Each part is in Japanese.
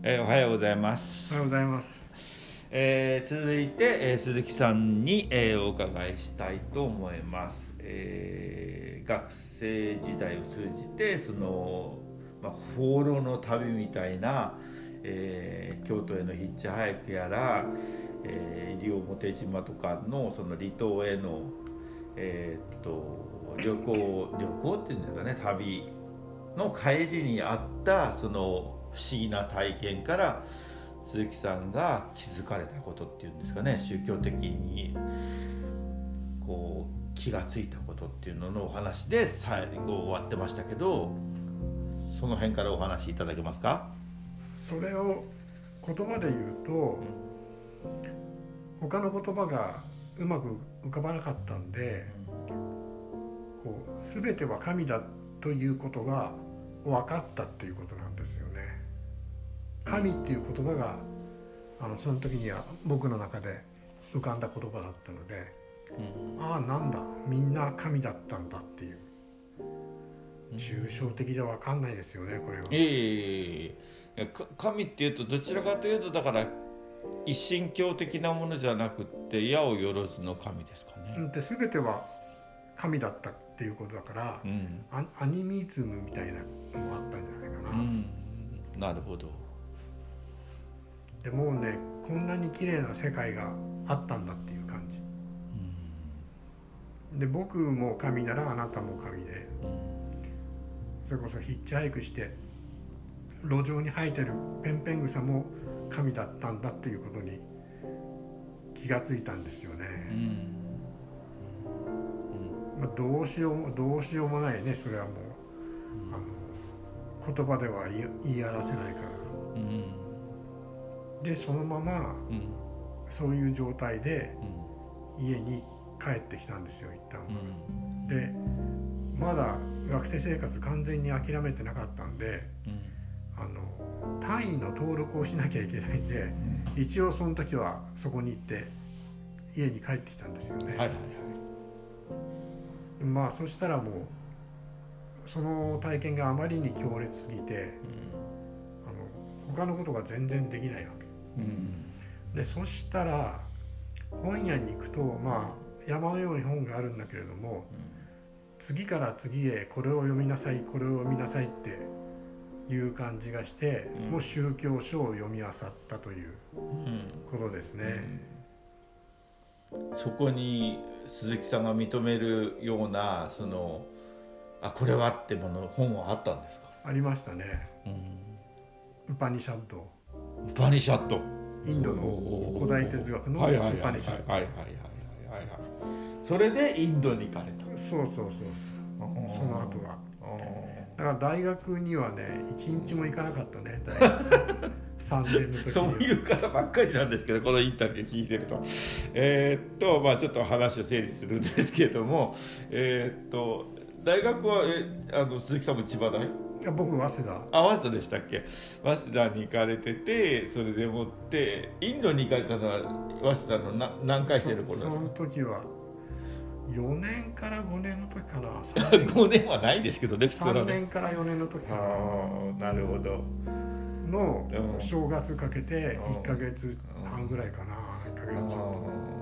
おはようございます。 おはようございます。 続いて、鈴木さんに、お伺いしたいと思います。学生時代を通じて放浪の旅みたいな、京都へのヒッチハイクやら、西表島とかのその離島への、旅行っていうんですかね、旅の帰りにあったその不思議な体験から鈴木さんが気づかれたことっていうんですかね、宗教的にこう気がついたことっていうののお話で最後終わってましたけど、その辺からお話しいただけますか？ それを言葉で言うと、他の言葉がうまく浮かばなかったんで、全ては神だということが分かったっていうことなんですよね。神っていう言葉がその時には僕の中で浮かんだ言葉だったので、ああなんだ、みんな神だったんだっていう、抽象的で分かんないですよね、これは。 神っていうとどちらかというとだから一神教的なものじゃなくって矢をよろずの神ですかね。 で全ては神だったっていうことだから、アニミズムみたいなのがあったんじゃないかな。 なるほど。 でもうね、こんなに綺麗な世界があったんだっていう感じ、で僕も神ならあなたも神で、それこそヒッチハイクして路上に生えてるペンペン草も神だったんだっていうことに気がついたんですよね。どうしようもないね、それはもう、言葉では言い表せないから、でそのまま、そういう状態で家に帰ってきたんですよ、一旦。でまだ学生生活完全に諦めてなかったんで、単位の登録をしなきゃいけないんで、一応その時はそこに行って家に帰ってきたんですよね。まあそしたらもうその体験があまりに強烈すぎて、他のことが全然できないわけ、でそしたら本屋に行くと、山のように本があるんだけれども、次から次へこれを読みなさいこれを読みなさいっていう感じがして、もう宗教書を読み漁ったということですね。 そこに鈴木さんが認めるようなこれはってもの本はあったんですか？ ありましたね。ウパニシャッド。インドの古代哲学のウパニシャッド。 それでインドに行かれた。 そう。その後は。だから大学にはね、1日も行かなかったね、大学3年の時に。 そういう方ばっかりなんですけど、このインタビュー聞いてると。ちょっと話を整理するんですけれども、大学は鈴木さんも千葉大？ 僕早稲田。 早稲田でしたっけ？早稲田に行かれてて、それでもってインドに行かれたのは早稲田の何回生の頃ですか？ その時は4年から5年の時かな。 5年はないですけどね、普通はね。 3年から4年の時かな。 なるほど。 の正月かけて1ヶ月半ぐらいかな。1ヶ月ちょ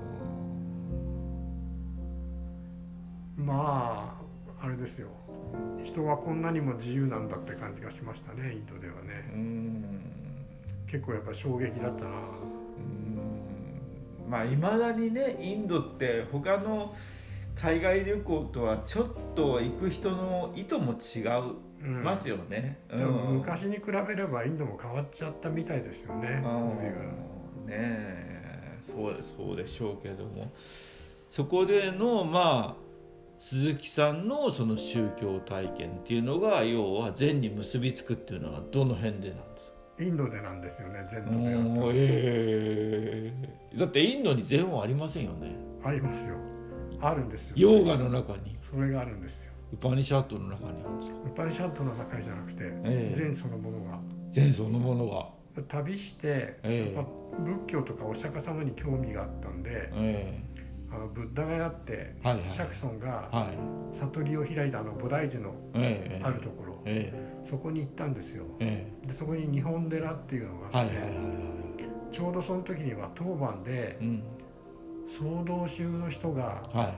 っと。あれですよ、人はこんなにも自由なんだって感じがしましたね、インドではね。結構やっぱ衝撃だったな。 いまだにね、インドって他の海外旅行とはちょっと行く人の意図も違いますよね。 でも昔に比べればインドも変わっちゃったみたいですよね。 そうでしょうけども、そこでの鈴木さんのその宗教体験っていうのが要は善に結びつくっていうのはどの辺でなんですか？ インドでなんですよね、善と出会った。 だってインドに善はありませんよね。 ありますよ、あるんですよ。 ヨーガの中にそれがあるんですよ。 ウパニシャッドの中にあるんですか？ ウパニシャッドの中じゃなくて、善そのものが。旅して、やっぱ仏教とかお釈迦様に興味があったんで、 ブッダガヤって、 はいはい、 釈尊がはい悟りを開いた菩提樹のあるところ、そこに行ったんですよ、でそこに日本寺っていうのがあって、ちょうどその時には当番で、総道宗の人が、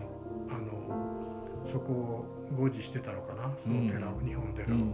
そこを護持してたのかな、その寺を、日本寺を、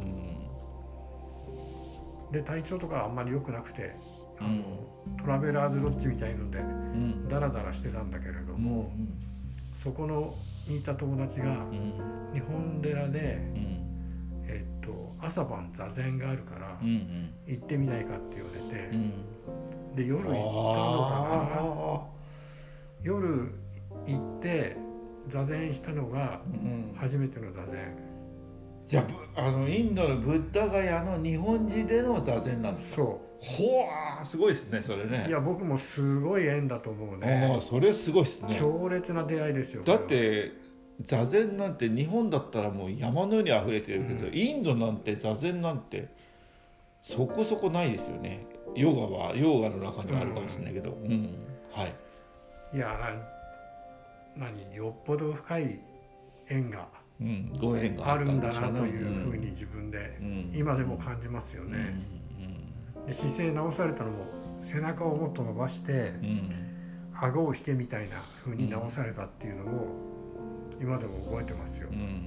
で体調とかあんまり良くなくて、トラベラーズロッジみたいのでダラダラしてたんだけれども、そこにいた友達が日本寺で、朝晩座禅があるから行ってみないかって言われて、で夜行ったのかな、夜行って座禅したのが初めての座禅、 じゃあ、インドのブッダガヤの日本寺での座禅なんですか。 そう。 ほわー、すごいですね、それね。 いや、僕もすごい縁だと思うね。 それすごいですね。 強烈な出会いですよ。 だって座禅なんて日本だったらもう山のように溢れてるけど、インドなんて座禅なんてそこそこないですよね。ヨガの中にはあるかもしれないけど、はい。 いや、よっぽど深い縁がご縁があるんだなというふうに自分で今でも感じますよね。で姿勢直されたのも背中をもっと伸ばして顎を引けみたいなふうに直されたっていうのを今でも覚えてますよ。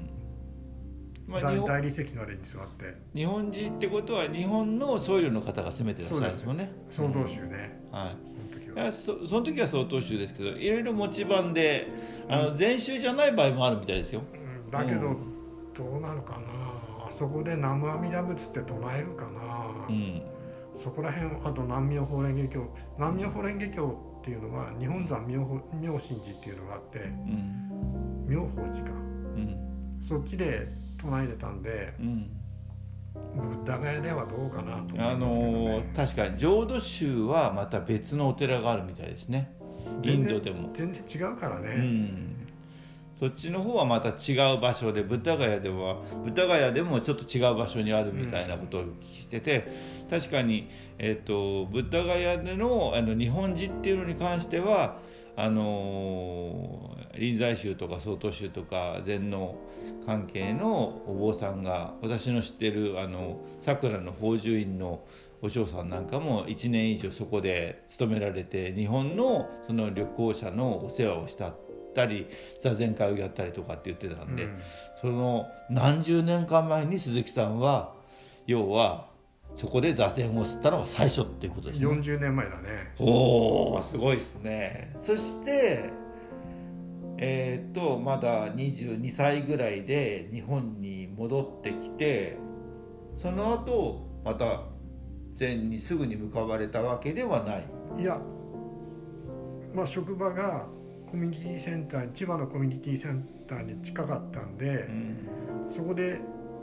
大理石のあれに座って日本人ってことは日本の僧侶の方が攻めてらっしゃるんですよね。 総道宗ね。 はい。その時は総統宗ですけど、いろいろ持ち番で禅宗じゃない場合もあるみたいですよ。 だけどどうなのかな、あそこで南無阿弥陀仏って唱えるかな、そこら辺。あと南無妙法蓮華経、南無妙法蓮華経っていうのは日本山妙心寺っていうのがあって、妙法寺か、そっちで唱えてたんで、ブッダガヤではどうかなと思いますけどね。 確かに浄土宗はまた別のお寺があるみたいですね。インドでも全然違うからね。 そっちの方はまた違う場所で、ブッダガヤでもちょっと違う場所にあるみたいなことを聞いてて、確かに、ブッダガヤでの日本寺っていうのに関しては臨済宗とか曹洞宗とか禅の関係のお坊さんが、私の知ってる桜の法住院のお嬢さんなんかも1年以上そこで勤められて、日本のその旅行者のお世話をしたり座禅会をやったりとかって言ってたんで、その何十年間前に鈴木さんは要はそこで座禅を吸ったのが最初っていうことですね。 40年前だね。 おー、すごいですね。そしてまだ22歳ぐらいで日本に戻ってきて、その後また禅にすぐに向かわれたわけではない。 いや、職場がコミュニティセンター、千葉のコミュニティセンターに近かったんで、そこで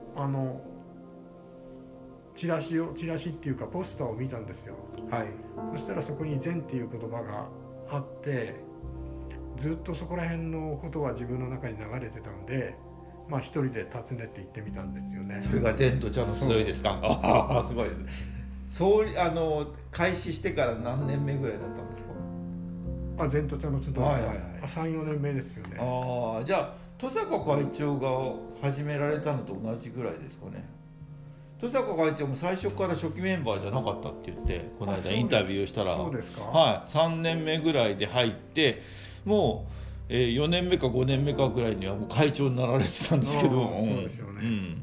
チラシっていうかポスターを見たんですよ。そしたらそこに禅っていう言葉があって、ずっとそこら辺のことは自分の中に流れてたんで、一人で訪ねて行ってみたんですよね。 それが禅と茶の集いですか。あ、すごいですね。そう開始してから何年目ぐらいだったんですか。 禅と茶の集いは 3,4 年目ですよね。 じゃあ登坂会長が始められたのと同じぐらいですかね。登坂会長も最初から初期メンバーじゃなかったって言って、この間インタビューしたら、 そうですか。 3年目ぐらいで入って、もう、4年目か5年目かぐらいにはもう会長になられてたんですけど。 そうですよね。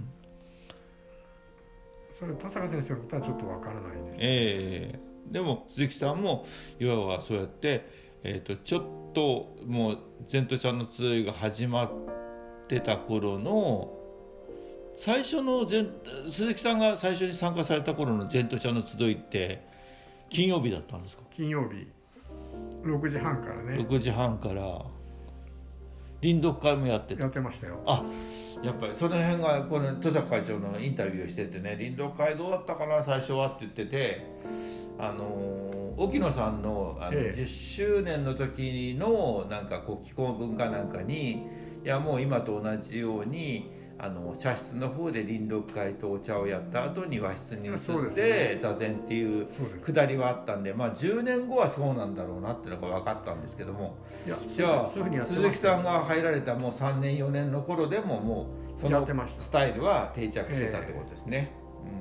それ登坂先生のことはちょっとわからないです。 でも鈴木さんもいわばそうやって、ちょっともう禅と茶の集いが始まってた頃の最初の鈴木さんが最初に参加された頃の禅と茶の集いって金曜日だったんですか。 金曜日6時半からね。 6時半から臨読会もやってましたよ。 やっぱりその辺がこの登坂会長のインタビューをしててね、臨読会どうだったかな最初はって言ってて、沖野さんの10周年の時のなんかこう気候文化なんかに、いやもう今と同じように茶室の方で臨読会とお茶をやった後に和室に移っそうですて、 ね座禅っていうそうですくだりはあったんで、まあ、10年後はそうなんだろうなっていうのが分かったんですけども、 いやじゃあそういうふうにやってます鈴木さんが入られたもう3年4年の頃でももうそのやってましたスタイルは定着してたってことですね。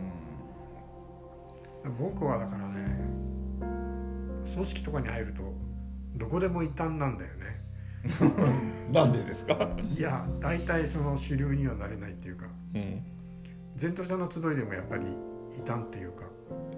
僕はだからね、組織とかに入るとどこでも異端なんだよね。 なんでですか？ いや大体その主流にはなれないっていうか、禅と茶の集いでもやっぱり異端っていうか、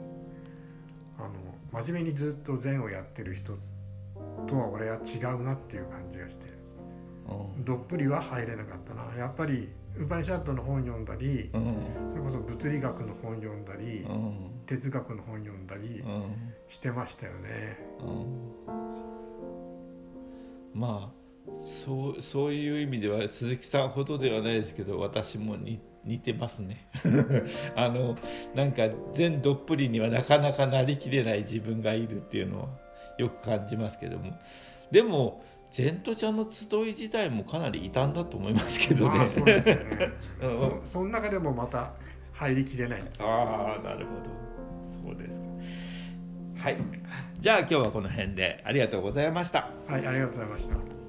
真面目にずっと禅をやってる人とは俺は違うなっていう感じがして、どっぷりは入れなかったな。やっぱりウパニシャッドの本読んだり、それこそ物理学の本読んだり、哲学の本読んだりしてましたよね。 まあそういう意味では鈴木さんほどではないですけど、私も似てますね。なんか全どっぷりにはなかなかなりきれない自分がいるっていうのをよく感じますけども、でも禅と茶の集い自体もかなり異端だと思いますけどね。 そうですよね。その中でもまた入りきれない。 ああ、なるほど、そうですか。はい、じゃあ今日はこの辺でありがとうございました。 はい、ありがとうございました。